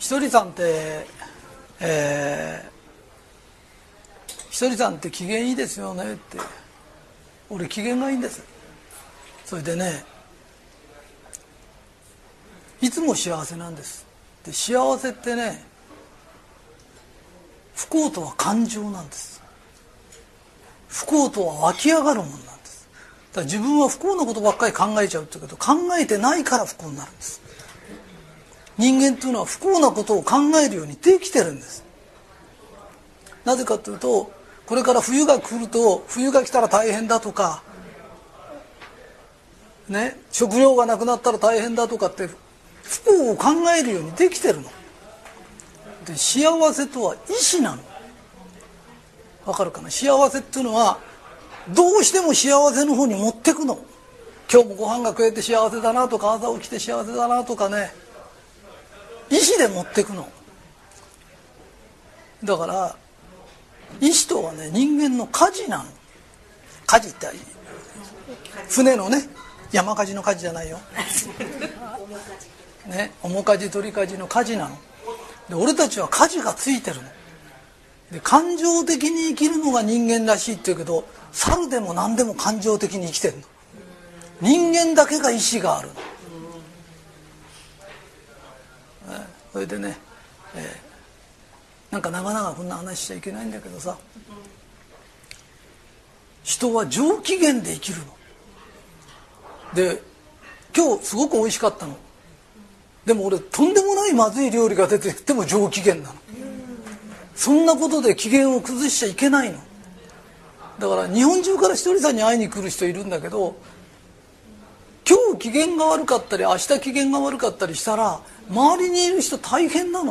ひとりさんって、ひとりさんって機嫌いいですよねって。俺機嫌がいいんです。それでね、いつも幸せなんです。で、幸せってね、不幸とは感情なんです。不幸とは湧き上がるものなんです。だから自分は不幸なことばっかり考えちゃうってこと、考えてないから不幸になるんです。人間というのは不幸なことを考えるようにできてるんです。なぜかというと、これから冬が来ると、冬が来たら大変だとかね、食料がなくなったら大変だとかって不幸を考えるようにできてるので、幸せとは意志なの。わかるかな。幸せっていうのはどうしても幸せの方に持ってくの。今日もご飯が食えて幸せだなとか、朝起きて幸せだなとかね、意志で持ってくの。だから意志とはね、人間の舵なの。舵って船のね、山舵の舵じゃないよね、面舵取り舵の舵なので、俺たちは舵がついてるので、感情的に生きるのが人間らしいって言うけど、猿でも何でも感情的に生きてるの。人間だけが意志があるの、それでね、なんか長々こんな話しちゃいけないんだけどさ、人は上機嫌で生きるので、今日すごく美味しかったの。でも俺とんでもないまずい料理が出てきても上機嫌なの。そんなことで機嫌を崩しちゃいけないの。だから日本中からひとりさんに会いに来る人いるんだけど、今日機嫌が悪かったり明日機嫌が悪かったりしたら周りにいる人大変なの。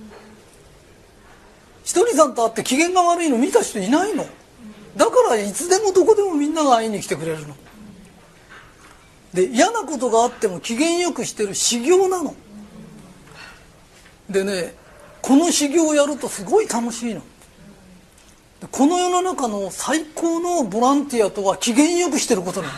ひとりさんと会って機嫌が悪いの見た人いないの。だからいつでもどこでもみんなが会いに来てくれるので、嫌なことがあっても機嫌よくしてる修行なのでね、この修行をやるとすごい楽しいの。この世の中の最高のボランティアとは機嫌よくしてることなの。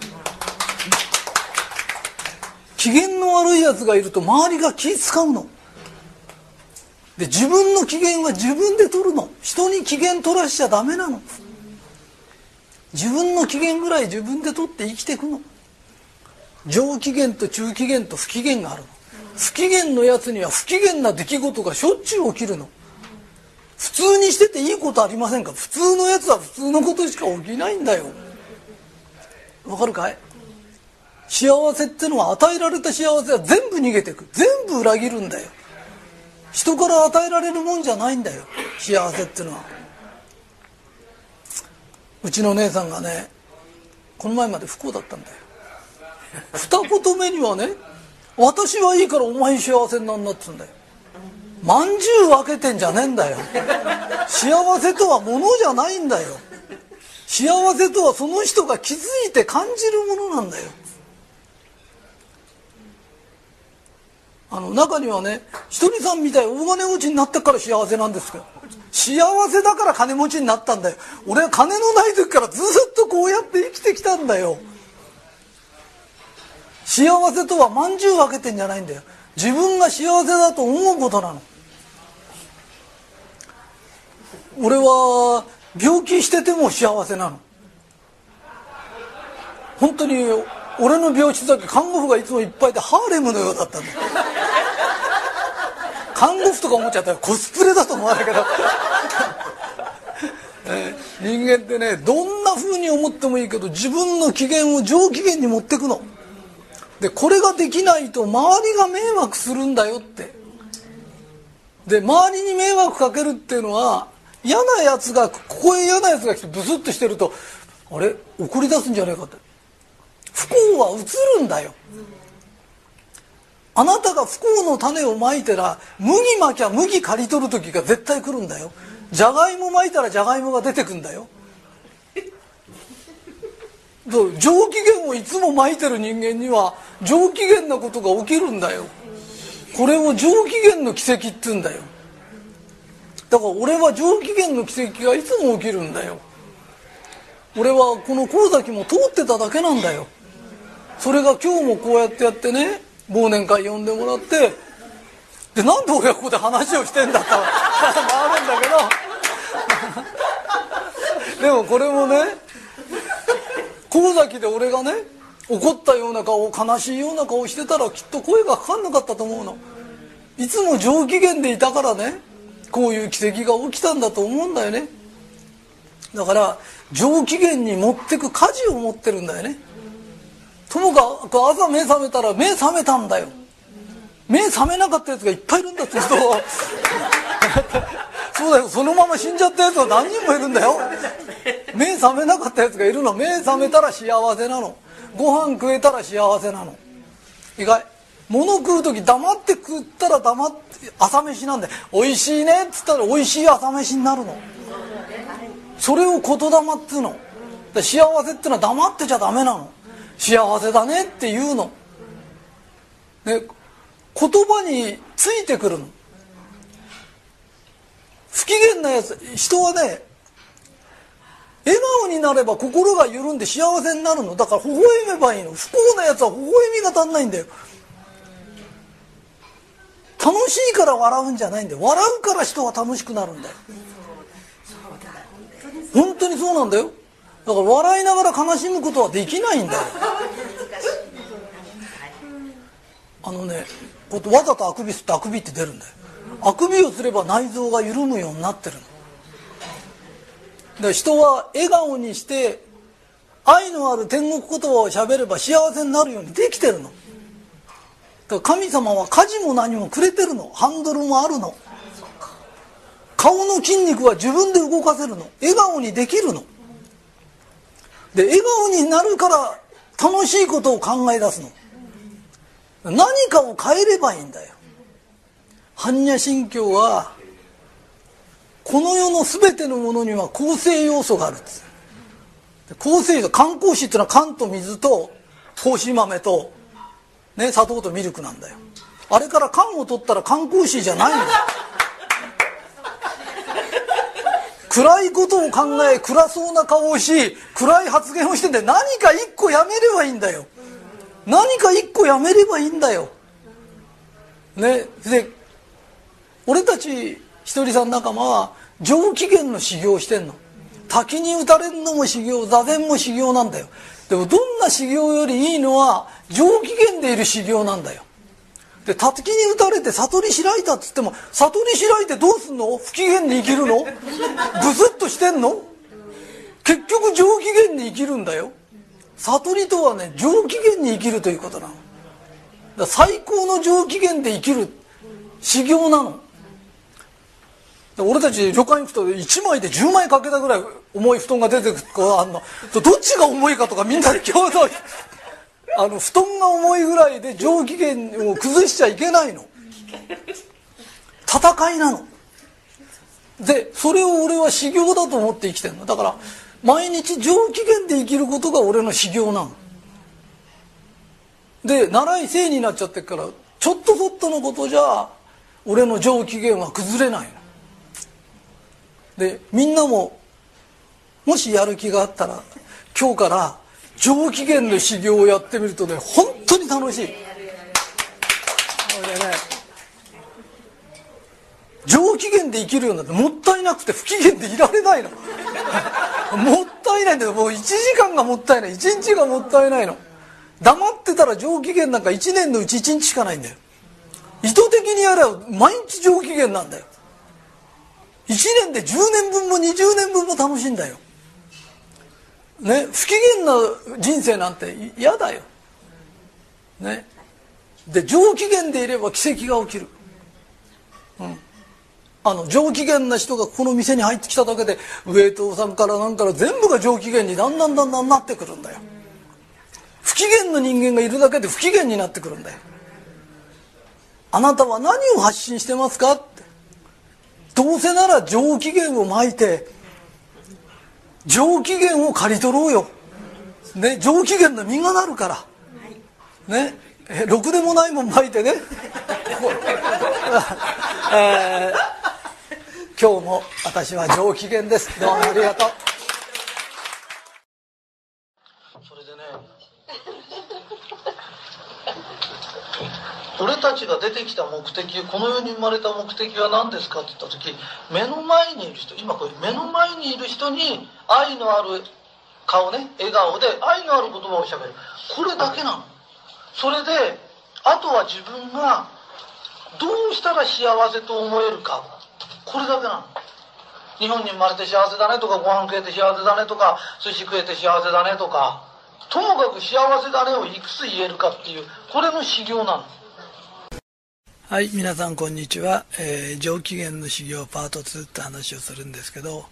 機嫌の悪いやつがいると周りが気使うので、自分の機嫌は自分で取るの。人に機嫌取らしちゃダメなの。自分の機嫌ぐらい自分で取って生きていくの。上機嫌と中機嫌と不機嫌があるの。不機嫌のやつには不機嫌な出来事がしょっちゅう起きるの。普通にしてていいことありませんか。普通のやつは普通のことしか起きないんだよ。わかるかい。幸せってのは、与えられた幸せは全部逃げていく、全部裏切るんだよ。人から与えられるもんじゃないんだよ、幸せってのは。うちの姉さんがね、この前まで不幸だったんだよ。二言目にはね、私はいいからお前幸せになんなっつうんだよ。まんじゅう分けてんじゃねえんだよ。幸せとはものじゃないんだよ。幸せとはその人が気づいて感じるものなんだよ。中にはね、ひとりさんみたい大金持ちになってから幸せなんですけど、幸せだから金持ちになったんだよ。俺は金のない時からずっとこうやって生きてきたんだよ。幸せとはまんじゅう分けてんじゃないんだよ。自分が幸せだと思うことなの。俺は病気してても幸せなの。本当に俺の病室だけ看護婦がいつもいっぱいでハーレムのようだったんだよ。看護婦とか思っちゃったらコスプレだと思わないけど人間ってね、どんな風に思ってもいいけど自分の機嫌を上機嫌に持ってくので、これができないと周りが迷惑するんだよって。で、周りに迷惑かけるっていうのは、嫌なやつがここへ嫌なやつが来てブスッとしてると、あれ怒り出すんじゃねえかって。不幸は移るんだよ。あなたが不幸の種をまいたら、麦まきゃ麦刈り取る時が絶対来るんだよ。じゃがいもまいたらじゃがいもが出てくんだよ。上機嫌をいつもまいてる人間には上機嫌なことが起きるんだよ。これを上機嫌の奇跡って言うんだよ。だから俺は上機嫌の奇跡がいつも起きるんだよ。俺はこの神崎も通ってただけなんだよ。それが今日もこうやってね、忘年会呼んでもらってでなんで俺がここで話をしてんだってあるんだけどでもこれもね、神崎で俺がね怒ったような顔、悲しいような顔してたらきっと声がかかんなかったと思うの。いつも上機嫌でいたからね、こういう奇跡が起きたんだと思うんだよね。だから上機嫌に持ってく舵を持ってるんだよね。ともかく朝目覚めたら目覚めたんだよ。目覚めなかったやつがいっぱいいるんだって人そうだよ、そのまま死んじゃったやつが何人もいるんだよ。目覚めなかったやつがいるの。目覚めたら幸せなの。ご飯食えたら幸せなの。意外、物食う時黙って食ったら黙って朝飯なんで、美味しいねっつったら美味しい朝飯になるの。それを言霊っつうの。幸せってのは黙ってちゃダメなの。幸せだねって言うの。ね、言葉についてくるの。不機嫌なやつ、人はね、笑顔になれば心が緩んで幸せになるの。だから微笑めばいいの。不幸なやつは微笑みが足んないんだよ。楽しいから笑うんじゃないんだよ。笑うから人は楽しくなるんだよ。本当にそうなんだよ。だから笑いながら悲しむことはできないんだよ。わざとあくびすってあくびって出るんだよ。あくびをすれば内臓が緩むようになってるの。だから人は笑顔にして愛のある天国言葉を喋れば幸せになるようにできてるの。だから神様は舵も何もくれてるの。ハンドルもあるの。顔の筋肉は自分で動かせるの。笑顔にできるの。で、笑顔になるから楽しいことを考え出すの。何かを変えればいいんだよ。般若心経はこの世の全てのものには構成要素があるんです。構成要素、缶麹っていうのは缶と水と麹豆と、ね、砂糖とミルクなんだよ。あれから缶を取ったら缶麹じゃないんだよ。暗いことを考え、暗そうな顔をし、暗い発言をしてんで、何か一個やめればいいんだよ。何か一個やめればいいんだよ。ね、で俺たちひとりさん仲間は上機嫌の修行をしてんの。滝に打たれるのも修行、座禅も修行なんだよ。でもどんな修行よりいいのは上機嫌でいる修行なんだよ。で、滝に打たれて悟り開いたっつっても、悟り開いてどうすんの？不機嫌に生きるの？ブスッとしてんの？結局上機嫌に生きるんだよ。悟りとはね、上機嫌に生きるということなの。だから最高の上機嫌で生きる修行なの。俺たち旅館行くと1枚で10枚かけたぐらい重い布団が出てくるからあんの。どっちが重いかとかみんなで共同布団が重いぐらいで上機嫌を崩しちゃいけないの。戦いなの。で、それを俺は修行だと思って生きてるの。だから毎日上機嫌で生きることが俺の修行なの。で、習い生になっちゃってるからちょっとぞっとのことじゃ俺の上機嫌は崩れないの。で、みんなももしやる気があったら今日から上機嫌の修行をやってみるとね、本当に楽しい。上機嫌で生きるようになってもったいなくて不機嫌でいられないのもったいないんだよ。もう1時間がもったいない、1日がもったいないの。黙ってたら上機嫌なんか1年のうち1日しかないんだよ。意図的にやれば毎日上機嫌なんだよ。1年で10年分も20年分も楽しいんだよ。ね、不機嫌な人生なんて嫌だよ。ね。で、上機嫌でいれば奇跡が起きる。上機嫌な人がこの店に入ってきただけでウェイトさんからなんから全部が上機嫌にだんだんなってくるんだよ。不機嫌な人間がいるだけで不機嫌になってくるんだよ。あなたは何を発信してますかって。どうせなら上機嫌をまいて上機嫌を刈り取ろうよ、ね、上機嫌の実がなるからね、ろくでもないもんまいてね今日も私は上機嫌です。どうもありがとう。それでね俺たちが出てきた目的、この世に生まれた目的は何ですかって言った時、目の前にいる人、今これ目の前にいる人に愛のある顔ね、笑顔で愛のある言葉をしゃべる。これだけなの。それであとは自分がどうしたら幸せと思えるか、これだけなの。日本に生まれて幸せだねとか、ご飯食えて幸せだねとか、寿司食えて幸せだねとか、ともかく幸せだねをいくつ言えるかっていう、これの修行なの。はい、皆さんこんにちは。上機嫌の修行パート2って話をするんですけど、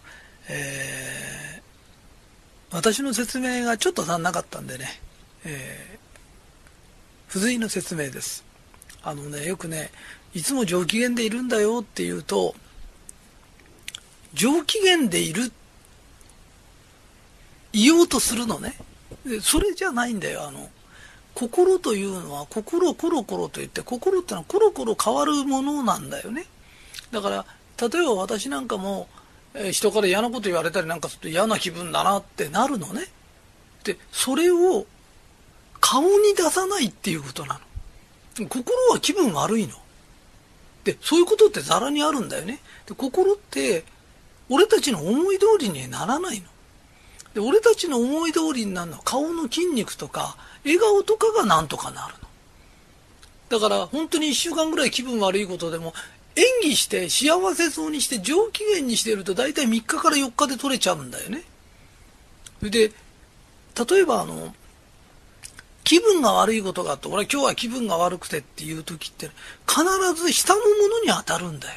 私の説明がちょっと足んなかったんでね、付随の説明です。よくね、いつも上機嫌でいるんだよって言うと、上機嫌で言おうとするのね。それじゃないんだよ。心というのは、心コロコロといって、心ってのはコロコロ変わるものなんだよね。だから、例えば私なんかも、人から嫌なこと言われたりなんかすると嫌な気分だなってなるのね。で、それを顔に出さないっていうことなの。心は気分悪いの。で、そういうことってざらにあるんだよね。で、心って、俺たちの思い通りにならないの。で、俺たちの思い通りになるのは顔の筋肉とか笑顔とかがなんとかなるの。だから本当に1週間ぐらい気分悪いことでも演技して幸せそうにして上機嫌にしてると大体3日から4日で取れちゃうんだよね。で、例えば気分が悪いことがあって、俺今日は気分が悪くてっていう時って必ず下のものに当たるんだよ。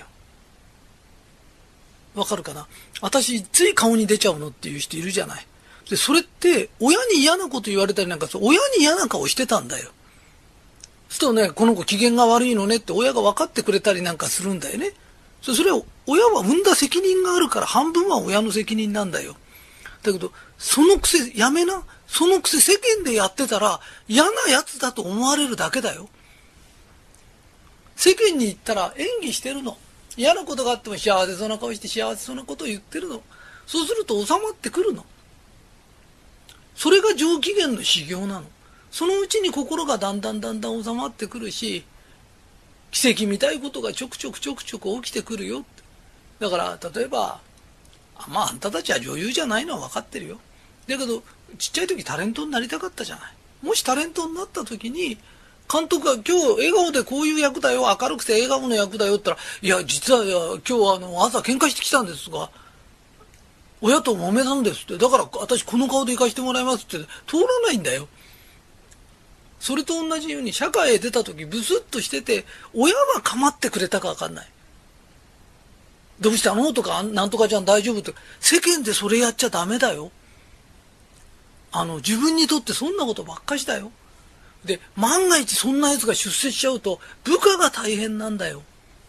わかるかな？私つい顔に出ちゃうのっていう人いるじゃない。で、それって親に嫌なこと言われたりなんかする、親に嫌な顔してたんだよ。するとね、この子機嫌が悪いのねって親が分かってくれたりなんかするんだよね。それは親は産んだ責任があるから半分は親の責任なんだよ。だけど、そのくせやめな。そのくせ世間でやってたら嫌なやつだと思われるだけだよ。世間に行ったら演技してるの。嫌なことがあっても幸せそうな顔して幸せそうなことを言ってるの。そうすると収まってくるの。それが上機嫌の修行なの。そのうちに心がだんだん収まってくるし、奇跡みたいことがちょくちょく起きてくるよって。だから例えば、あんたたちは女優じゃないのは分かってるよ。だけどちっちゃい時タレントになりたかったじゃない。もしタレントになった時に監督が今日笑顔でこういう役だよ、明るくて笑顔の役だよって言ったら、いや実は今日朝喧嘩してきたんですが、親と揉めたんですって、だから私この顔で行かしてもらいますって通らないんだよ。それと同じように社会へ出た時ブスッとしてて、親は構ってくれたか分かんない。どうしたのとか、なんとかちゃん大丈夫って、世間でそれやっちゃダメだよ。自分にとってそんなことばっかしだよ。で、万が一そんな奴が出世しちゃうと部下が大変なんだよ。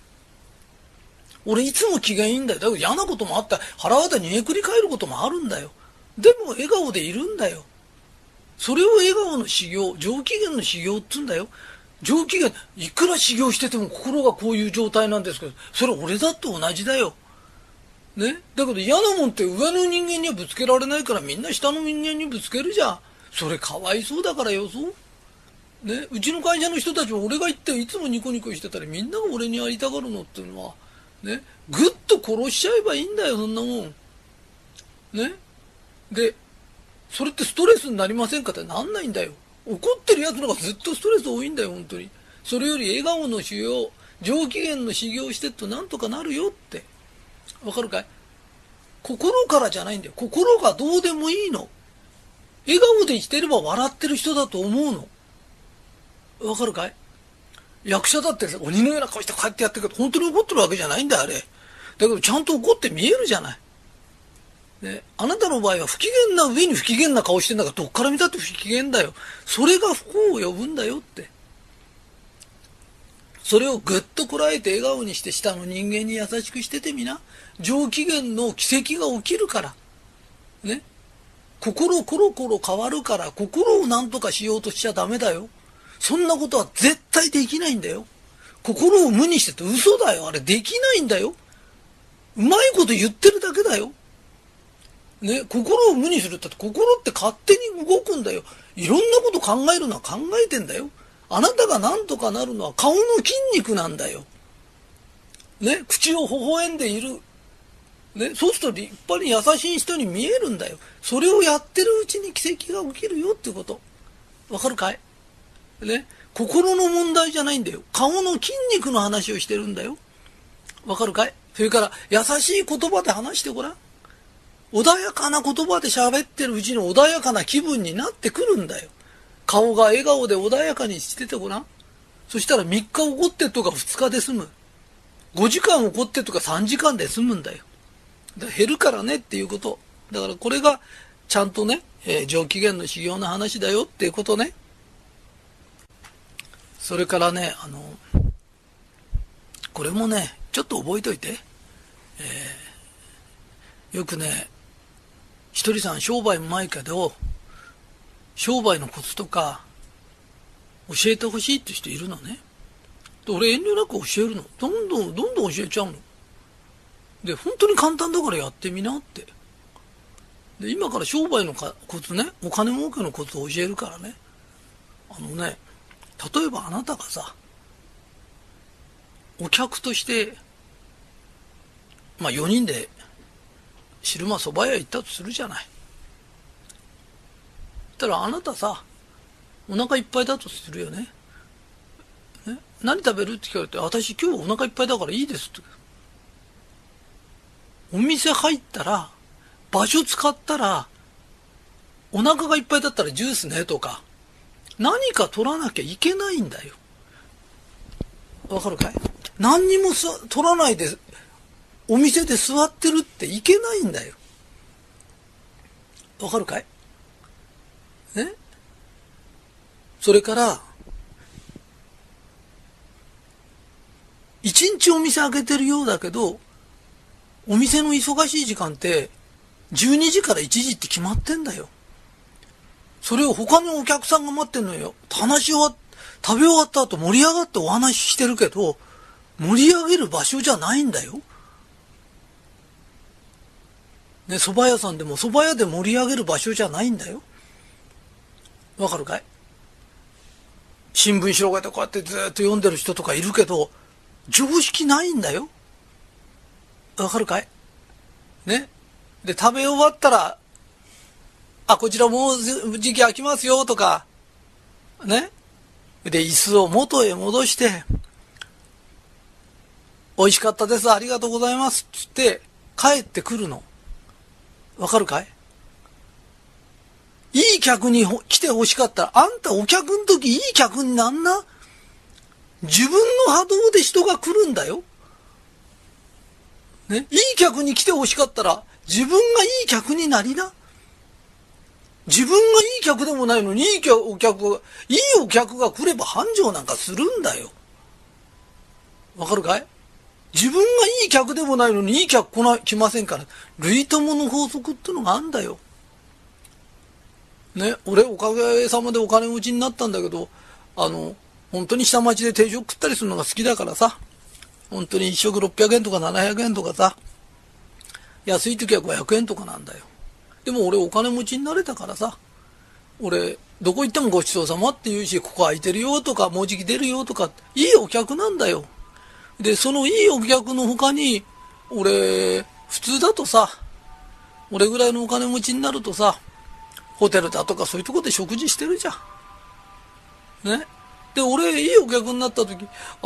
俺いつも機嫌いいんだよ。だから嫌なこともあったら腹渡に煮えくり返ることもあるんだよ。でも笑顔でいるんだよ。それを笑顔の修行、上機嫌の修行って言うんだよ。上機嫌、いくら修行してても心がこういう状態なんですけど、それ俺だって同じだよ。ね。だけど嫌なもんって上の人間にはぶつけられないからみんな下の人間にぶつけるじゃん。それかわいそうだからよ、そう。ね、うちの会社の人たちも俺が言っていつもニコニコしてたらみんなが俺にやりたがるのっていうのはね、ぐっと殺しちゃえばいいんだよ、そんなもんね。で、それってストレスになりませんかってなんないんだよ。怒ってるやつの方がずっとストレス多いんだよ、本当に。それより笑顔の修行、上機嫌の修行してっとなんとかなるよって。わかるかい？心からじゃないんだよ。心がどうでもいいの。笑顔でしてれば笑ってる人だと思うの。わかるかい？役者だって鬼のような顔してこうやってやってるけど本当に怒ってるわけじゃないんだよ、あれ。だけどちゃんと怒って見えるじゃない。ね、あなたの場合は不機嫌な上に不機嫌な顔してんだからどっから見たって不機嫌だよ。それが不幸を呼ぶんだよって。それをぐっとこらえて笑顔にして下の人間に優しくしててみな。上機嫌の奇跡が起きるから。ね。心コロコロ変わるから心を何とかしようとしちゃダメだよ。そんなことは絶対できないんだよ。心を無にしてて嘘だよ。あれできないんだよ。うまいこと言ってるだけだよ。ね、心を無にするって心って勝手に動くんだよ。いろんなこと考えるのは考えてんだよ。 あなたが何とかなるのは顔の筋肉なんだよ。ね、口を微笑んでいる。ね、そうすると立派に優しい人に見えるんだよ。それをやってるうちに奇跡が起きるよっていうこと。わかるかい？ね、心の問題じゃないんだよ。顔の筋肉の話をしてるんだよ。わかるかい？それから優しい言葉で話してごらん。穏やかな言葉で喋ってるうちに穏やかな気分になってくるんだよ。顔が笑顔で穏やかにしててごらん。そしたら3日怒ってとか2日で済む。5時間怒ってとか3時間で済むんだよ。だから減るからねっていうこと。だからこれがちゃんとね、上機嫌の修行の話だよっていうことね。それからね、これもね、ちょっと覚えといて。よくね、ひとりさん商売うまいけど、商売のコツとか教えてほしいって人いるのね。で俺遠慮なく教えるの。どんどん教えちゃうの。で、本当に簡単だからやってみなって。で、今から商売のコツね、お金儲けのコツを教えるからね。例えばあなたがさ、お客として、4人で昼間蕎麦屋行ったとするじゃない。たらあなたさ、お腹いっぱいだとするよね。何食べるって聞かれて、私今日お腹いっぱいだからいいですって。お店入ったら、場所使ったら、お腹がいっぱいだったらジュースねとか、何か取らなきゃいけないんだよ。わかるかい？何にも取らないで、お店で座ってるっていけないんだよ。わかるかい？ね？それから、一日お店開けてるようだけど、お店の忙しい時間って12時から1時って決まってんだよ。それを他のお客さんが待ってんのよ。食べ終わった後盛り上がってお話ししてるけど、盛り上げる場所じゃないんだよ。ね、蕎麦屋さんでも蕎麦屋で盛り上げる場所じゃないんだよ。わかるかい？新聞広げてこうやってずっと読んでる人とかいるけど、常識ないんだよ。わかるかい？ね。で、食べ終わったら、こちらもう時期空きますよとか、ね。で、椅子を元へ戻して、美味しかったです、ありがとうございますって言って帰ってくるの。わかるかい？いい客に来て欲しかったら、あんたお客の時いい客になんな。自分の波動で人が来るんだよ。ね。いい客に来て欲しかったら、自分がいい客になりな。自分がいい客でもないのに、いいお客が来れば繁盛なんかするんだよ。わかるかい？自分がいい客でもないのに、いい客来ませんから、類友の法則ってのがあんだよ。ね、俺おかげさまでお金持ちになったんだけど、本当に下町で定食食ったりするのが好きだからさ、本当に一食600円とか700円とかさ、安い時は500円とかなんだよ。でも俺お金持ちになれたからさ、俺どこ行ってもごちそうさまって言うし、ここ空いてるよとか、もうじき出るよとか、いいお客なんだよ。で、そのいいお客の他に、俺、普通だとさ、俺ぐらいのお金持ちになるとさ、ホテルだとかそういうとこで食事してるじゃん。ね。で、俺、いいお客になった時、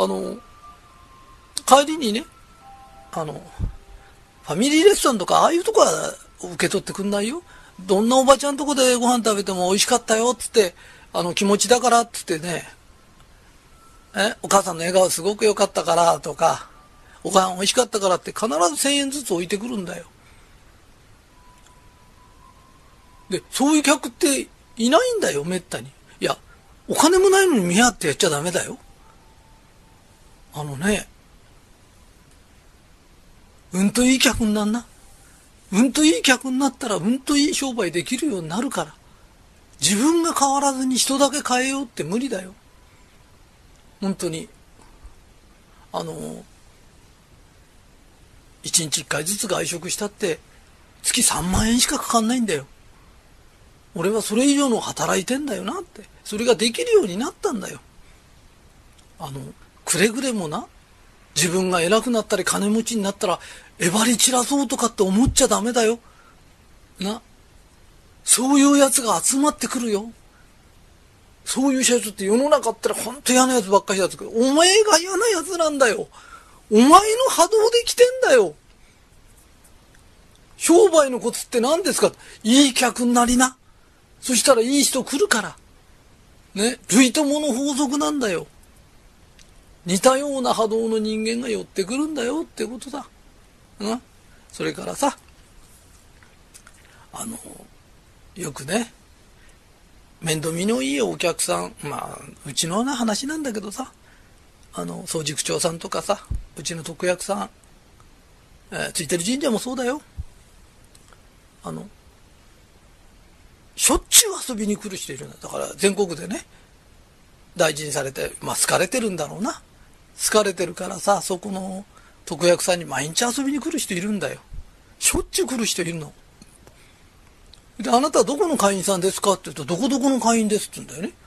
帰りにね、ファミリーレストランとか、ああいうとこは受け取ってくんないよ。どんなおばちゃんとこでご飯食べても美味しかったよ、つって、気持ちだから、つってね、お母さんの笑顔すごく良かったから、とか、おご飯美味しかったからって必ず1000円ずつ置いてくるんだよ。で、そういう客っていないんだよ、めったに。いや、お金もないのに見張ってやっちゃダメだよ。うんといい客になんな。うんといい客になったらうんといい商売できるようになるから。自分が変わらずに人だけ変えようって無理だよ。本当に。1日1回ずつ外食したって月3万円しかかかんないんだよ。俺はそれ以上の働いてんだよなって。それができるようになったんだよ。 くれぐれもな、自分が偉くなったり金持ちになったらえばり散らそうとかって思っちゃダメだよな。そういうやつが集まってくるよ。そういう社長って世の中ってほんと嫌なやつばっかりだってくる。お前が嫌なやつなんだよ。お前の波動で来てんだよ。商売のコツって何ですか。いい客になりな。そしたらいい人来るから。ね。類友の法則なんだよ。似たような波動の人間が寄ってくるんだよってことだ。それからさ、よくね、面倒見のいいお客さん、うちのような話なんだけどさ、総塾長さんとかさ、うちの特約さん、ついてる神社もそうだよ。しょっちゅう遊びに来る人いるんだ。だから全国でね、大事にされて、好かれてるんだろうな。好かれてるからさ、そこの特約さんに毎日遊びに来る人いるんだよ。しょっちゅう来る人いるの。で、あなたはどこの会員さんですかって言うと、どこどこの会員ですって言うんだよね。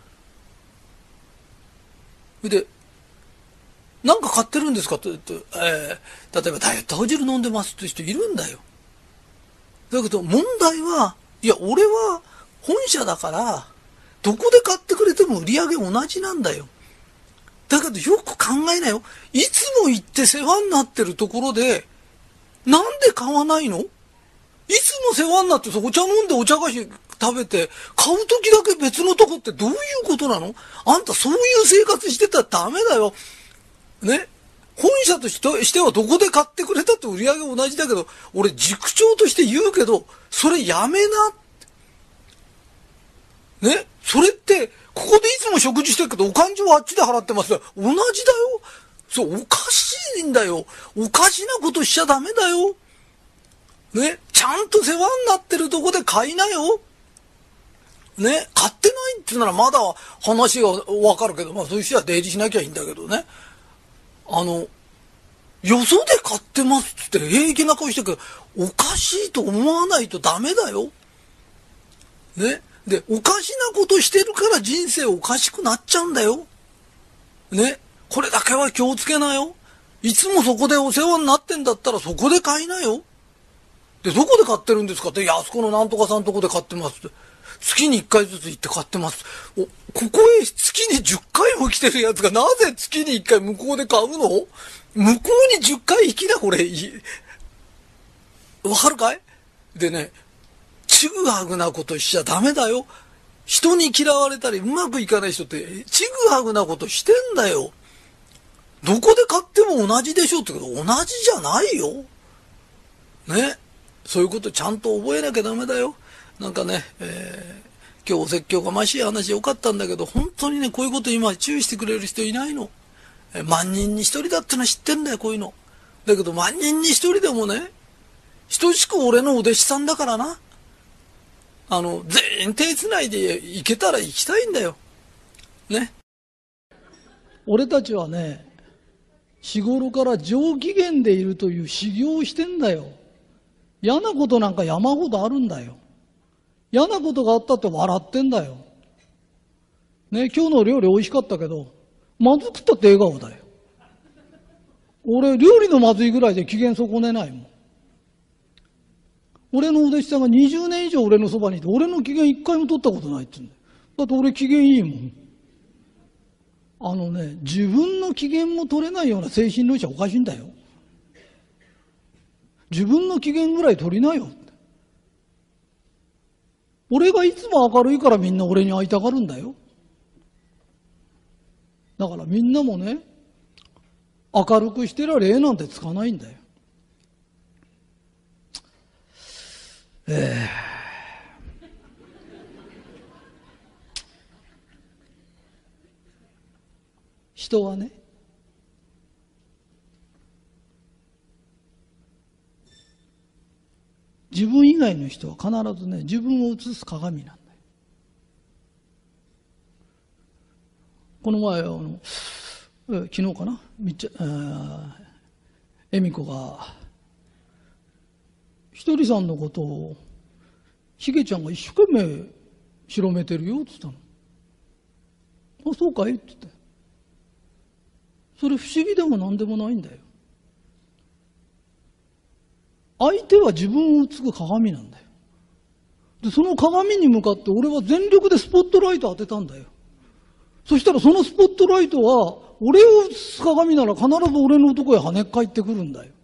で、なんか買ってるんですかって言うと、例えばダイエット青汁飲んでますって人いるんだよ。だけど問題は、いや、俺は本社だから、どこで買ってくれても売り上げ同じなんだよ。だけどよく考えなよ。いつも行って世話になってるところで、なんで買わないの？いつも世話になってお茶飲んでお茶菓子食べて、買う時だけ別のとこってどういうことなの？あんたそういう生活してたらダメだよ。ね。本社としてはどこで買ってくれたって売り上げ同じだけど、俺塾長として言うけど、それやめな。ね。それって、ここでいつも食事してるけど、お勘定はあっちで払ってますよ。同じだよ。そう、おかしいんだよ。おかしなことしちゃダメだよ。ね。ちゃんと世話になってるとこで買いなよ。ね。買ってないって言うならまだ話がわかるけど、そういう人は出入りしなきゃいいんだけどね。よそで買ってますって平気な顔してるけど、おかしいと思わないとダメだよ。ね。で、おかしなことしてるから人生おかしくなっちゃうんだよ。ね。これだけは気をつけなよ。いつもそこでお世話になってんだったらそこで買いなよ。で、どこで買ってるんですかって、いや、あそこのなんとかさんとこで買ってますって。月に1回ずつ行って買ってます。ここへ月に10回も来てるやつがなぜ月に1回向こうで買うの？向こうに10回行きな、これ。わかるかい？でね、ちぐはぐなことしちゃダメだよ。人に嫌われたりうまくいかない人ってちぐはぐなことしてんだよ。どこで買っても同じでしょって言うけど、同じじゃないよ。ね。そういうことちゃんと覚えなきゃダメだよ。なんかね、今日お説教がましい話よかったんだけど、本当にね、こういうこと今注意してくれる人いないの。万人に一人だってのは知ってんだよ、こういうの。だけど万人に一人でもね、等しく俺のお弟子さんだからな。全員手つないで行けたら行きたいんだよ。ね。俺たちはね、日頃から上機嫌でいるという修行をしてんだよ。嫌なことなんか山ほどあるんだよ。嫌なことがあったって笑ってんだよ。ね、今日の料理美味しかったけど、まずくったって笑顔だよ。俺、料理のまずいぐらいで機嫌損ねないもん。俺のお弟子さんが20年以上俺のそばにいて、俺の機嫌一回も取ったことないって言うんだよ。だって俺機嫌いいもん。自分の機嫌も取れないような精神論者おかしいんだよ。自分の機嫌ぐらい取りなよ。俺がいつも明るいからみんな俺に会いたがるんだよ。だからみんなもね、明るくしてら礼なんてつかないんだよ。人はね、自分以外の人は必ずね、自分を映す鏡なんだよ。この前昨日かな、恵美子がひとりさんのことをしげちゃんが一生懸命広めてるよって言ったの。あ、そうかいって言って。 それ不思議でも何でもないんだよ。相手は自分を映す鏡なんだよ。で、その鏡に向かって俺は全力でスポットライト当てたんだよ。そしたらそのスポットライトは、俺を映す鏡なら必ず俺のとこへ跳ね返ってくるんだよ。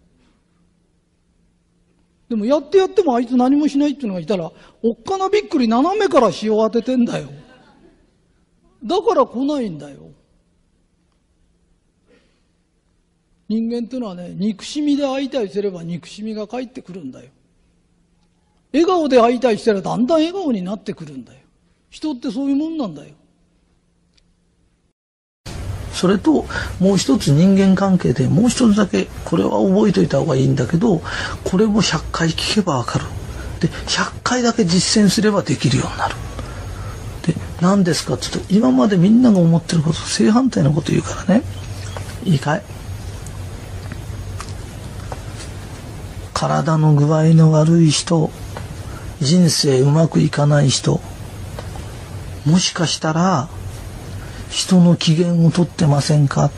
でもやってもあいつ何もしないっていうのがいたら、おっかなびっくり斜めから塩当ててんだよ。だから来ないんだよ。人間っていうのはね、憎しみで会いたいすれば憎しみが返ってくるんだよ。笑顔で会いたいしたらだんだん笑顔になってくるんだよ。人ってそういうもんなんだよ。それともう一つ人間関係でもう一つだけこれは覚えておいた方がいいんだけど、これも100回聞けばわかる。で100回だけ実践すればできるようになる。で何ですかって言うと、今までみんなが思ってること正反対のこと言うからね。いいかい？体の具合の悪い人、人生うまくいかない人、もしかしたら人の機嫌を取ってませんか？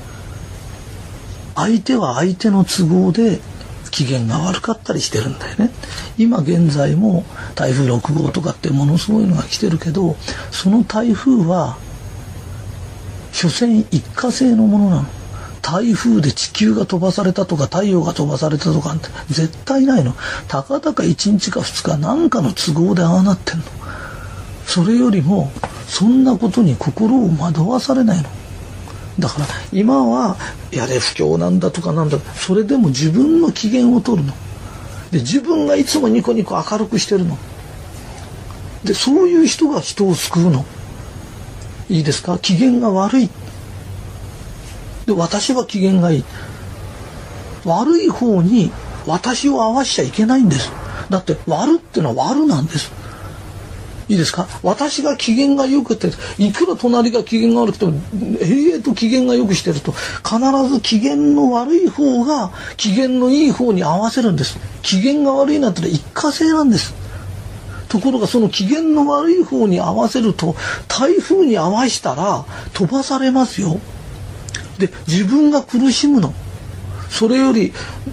相手は相手の都合で機嫌が悪かったりしてるんだよね。今現在も台風6号とかってものすごいのが来てるけど、その台風は所詮一過性のものなの。台風で地球が飛ばされたとか太陽が飛ばされたとかって絶対ないの。たかだか1日か2日何かの都合でああなってんの。それよりもそんなことに心を惑わされないの。だから今はやれ不況なんだとかなんだ、それでも自分の機嫌を取るので、自分がいつもニコニコ明るくしてるので、そういう人が人を救うの。いいですか？機嫌が悪いで私は機嫌がいい、悪い方に私を合わしちゃいけないんです。だって悪ってのは悪なんです。いいですか？私が機嫌が良くて、いくら隣が機嫌が悪くても永遠と機嫌が良くしてると、必ず機嫌の悪い方が機嫌のいい方に合わせるんです。機嫌が悪いなんてのは一過性なんです。ところがその機嫌の悪い方に合わせると、台風に合わしたら飛ばされますよ。で自分が苦しむの。それより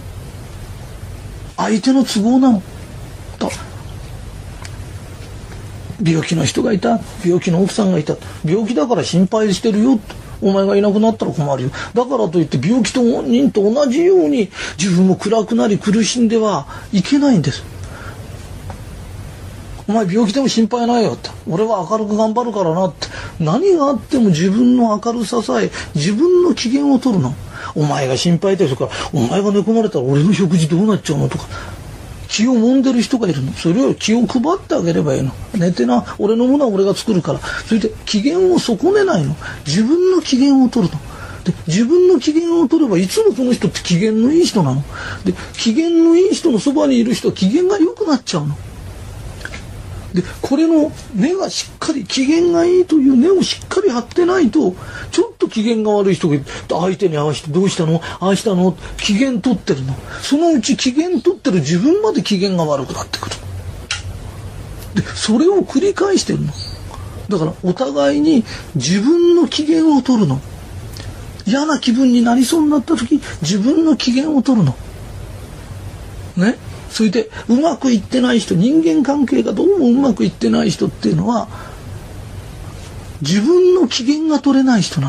相手の都合なの。病気の人がいた、病気の奥さんがいた、病気だから心配してるよ、お前がいなくなったら困るよ。だからといって病気と本人と同じように自分も暗くなり苦しんではいけないんです。お前病気でも心配ないよって、俺は明るく頑張るからなって、何があっても自分の明るささえ自分の機嫌を取るの。お前が心配でとか、お前が寝込まれたら俺の食事どうなっちゃうのとか、気を揉んでる人がいるの。それを気を配ってあげればいいの。寝てな、俺のものは俺が作るから。それで機嫌を損ねないの。自分の機嫌を取るの。で自分の機嫌を取ればいつもその人って機嫌のいい人なの。で機嫌のいい人のそばにいる人は機嫌が良くなっちゃうの。でこれの根がしっかり、機嫌がいいという根をしっかり張ってないと、ちょっと機嫌が悪い人が相手に合わせてどうしたのああしたの機嫌取ってるの。そのうち機嫌取ってる自分まで機嫌が悪くなってくる。でそれを繰り返してるの。だからお互いに自分の機嫌を取るの。嫌な気分になりそうになった時、自分の機嫌を取るのね。それでうまくいってない人、人間関係がどうもうまくいってない人っていうのは自分の機嫌が取れない人なの。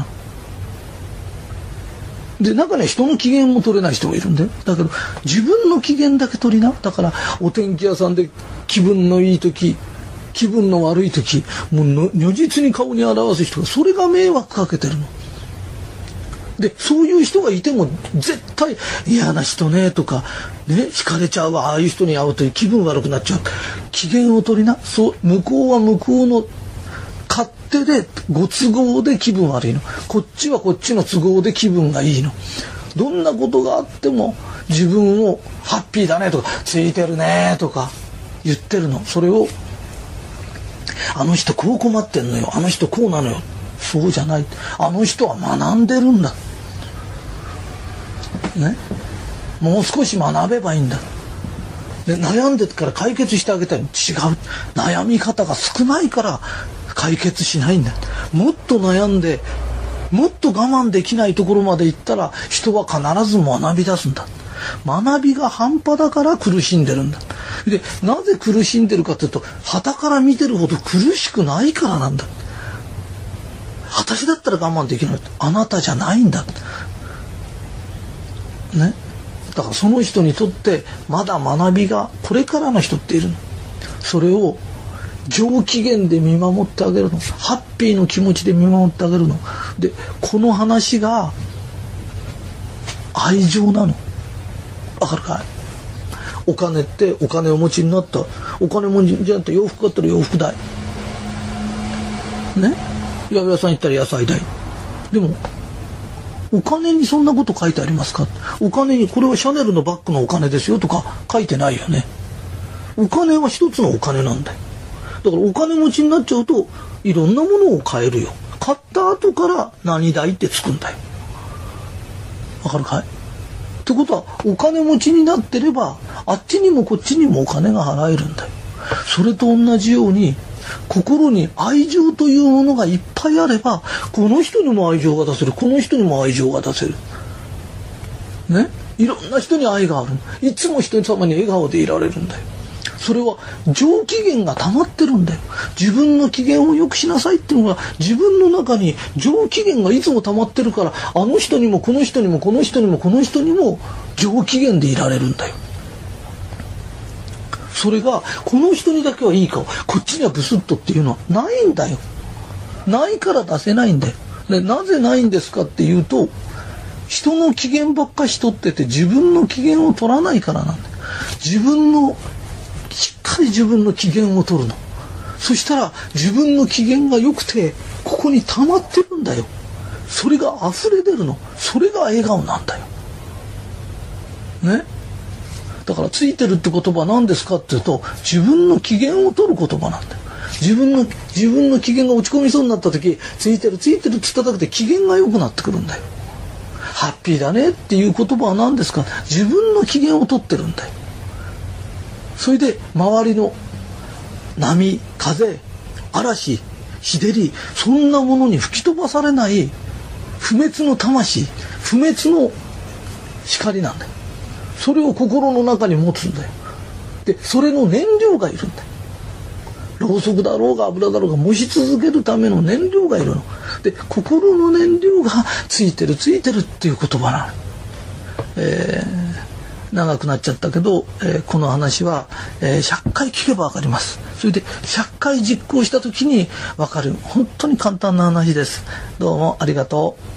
で中には人の機嫌も取れない人もいるんだよ。だけど自分の機嫌だけ取りな。だからお天気屋さんで気分のいい時、気分の悪い時、もう如実に顔に表す人が、それが迷惑かけてるの。でそういう人がいても絶対嫌な人ねとかね、惹かれちゃうわ、ああいう人に会うと気分悪くなっちゃう。機嫌を取りな。そう向こうは向こうの勝手でご都合で気分悪いの。こっちはこっちの都合で気分がいいの。どんなことがあっても自分をハッピーだねとかついてるねとか言ってるの。それをあの人こう困ってんのよ、あの人こうなのよ。そうじゃない。あの人は学んでるんだね。もう少し学べばいいんだ。で悩んでから解決してあげたい。違う。悩み方が少ないから解決しないんだ。もっと悩んでもっと我慢できないところまで行ったら人は必ず学び出すんだ。学びが半端だから苦しんでるんだ。で、なぜ苦しんでるかというと、傍から見てるほど苦しくないからなんだ。私だったら我慢できない。あなたじゃないんだ。ね。だからその人にとってまだ学びがこれからの人っているの。それを上機嫌で見守ってあげるの。ハッピーの気持ちで見守ってあげるの。で、この話が愛情なの。わかるかい？お金ってお金を持ちになった。お金持ちになって洋服買ったら洋服代。ね？八百屋さん行ったら野菜代。でもお金にそんなこと書いてありますか？お金にこれはシャネルのバッグのお金ですよとか書いてないよね。お金は一つのお金なんだよ。だからお金持ちになっちゃうといろんなものを買えるよ。買った後から何代ってつくんだよ。わかるかい？ってことはお金持ちになってればあっちにもこっちにもお金が払えるんだよ。それと同じように心に愛情というものがいっぱいあればこの人にも愛情が出せる、この人にも愛情が出せるね。いろんな人に愛がある。いつも人様に笑顔でいられるんだよ。それは上機嫌が溜まってるんだよ。自分の機嫌を良くしなさいっていうのが自分の中に上機嫌がいつも溜まってるから、あの人にもこの人にもこの人にもこの人にも上機嫌でいられるんだよ。それがこの人にだけはいい顔、こっちにはブスッとっていうのはないんだよ。ないから出せないんだよ。で、なぜないんですかっていうと、人の機嫌ばっかし取ってて自分の機嫌を取らないからなんだよ。しっかり自分の機嫌を取るの。そしたら自分の機嫌が良くてここに溜まってるんだよ。それが溢れ出るの。それが笑顔なんだよ。ね。だからついてるって言葉は何ですかっていうと、自分の機嫌を取る言葉なんだよ。自分の機嫌が落ち込みそうになった時、ついてるって言っただけで機嫌が良くなってくるんだよ。ハッピーだねっていう言葉は何ですか？自分の機嫌を取ってるんだよ。それで周りの波、風、嵐、日照り、そんなものに吹き飛ばされない不滅の魂、不滅の光なんだよ。それを心の中に持つんだよ。で、それの燃料がいるんだよ。ろうそくだろうが油だろうが燃し続けるための燃料がいるの。で、心の燃料がついてるっていう言葉なの。長くなっちゃったけど、この話は、100回聞けば分かります。それで100回実行した時に分かる。本当に簡単な話です。どうもありがとう。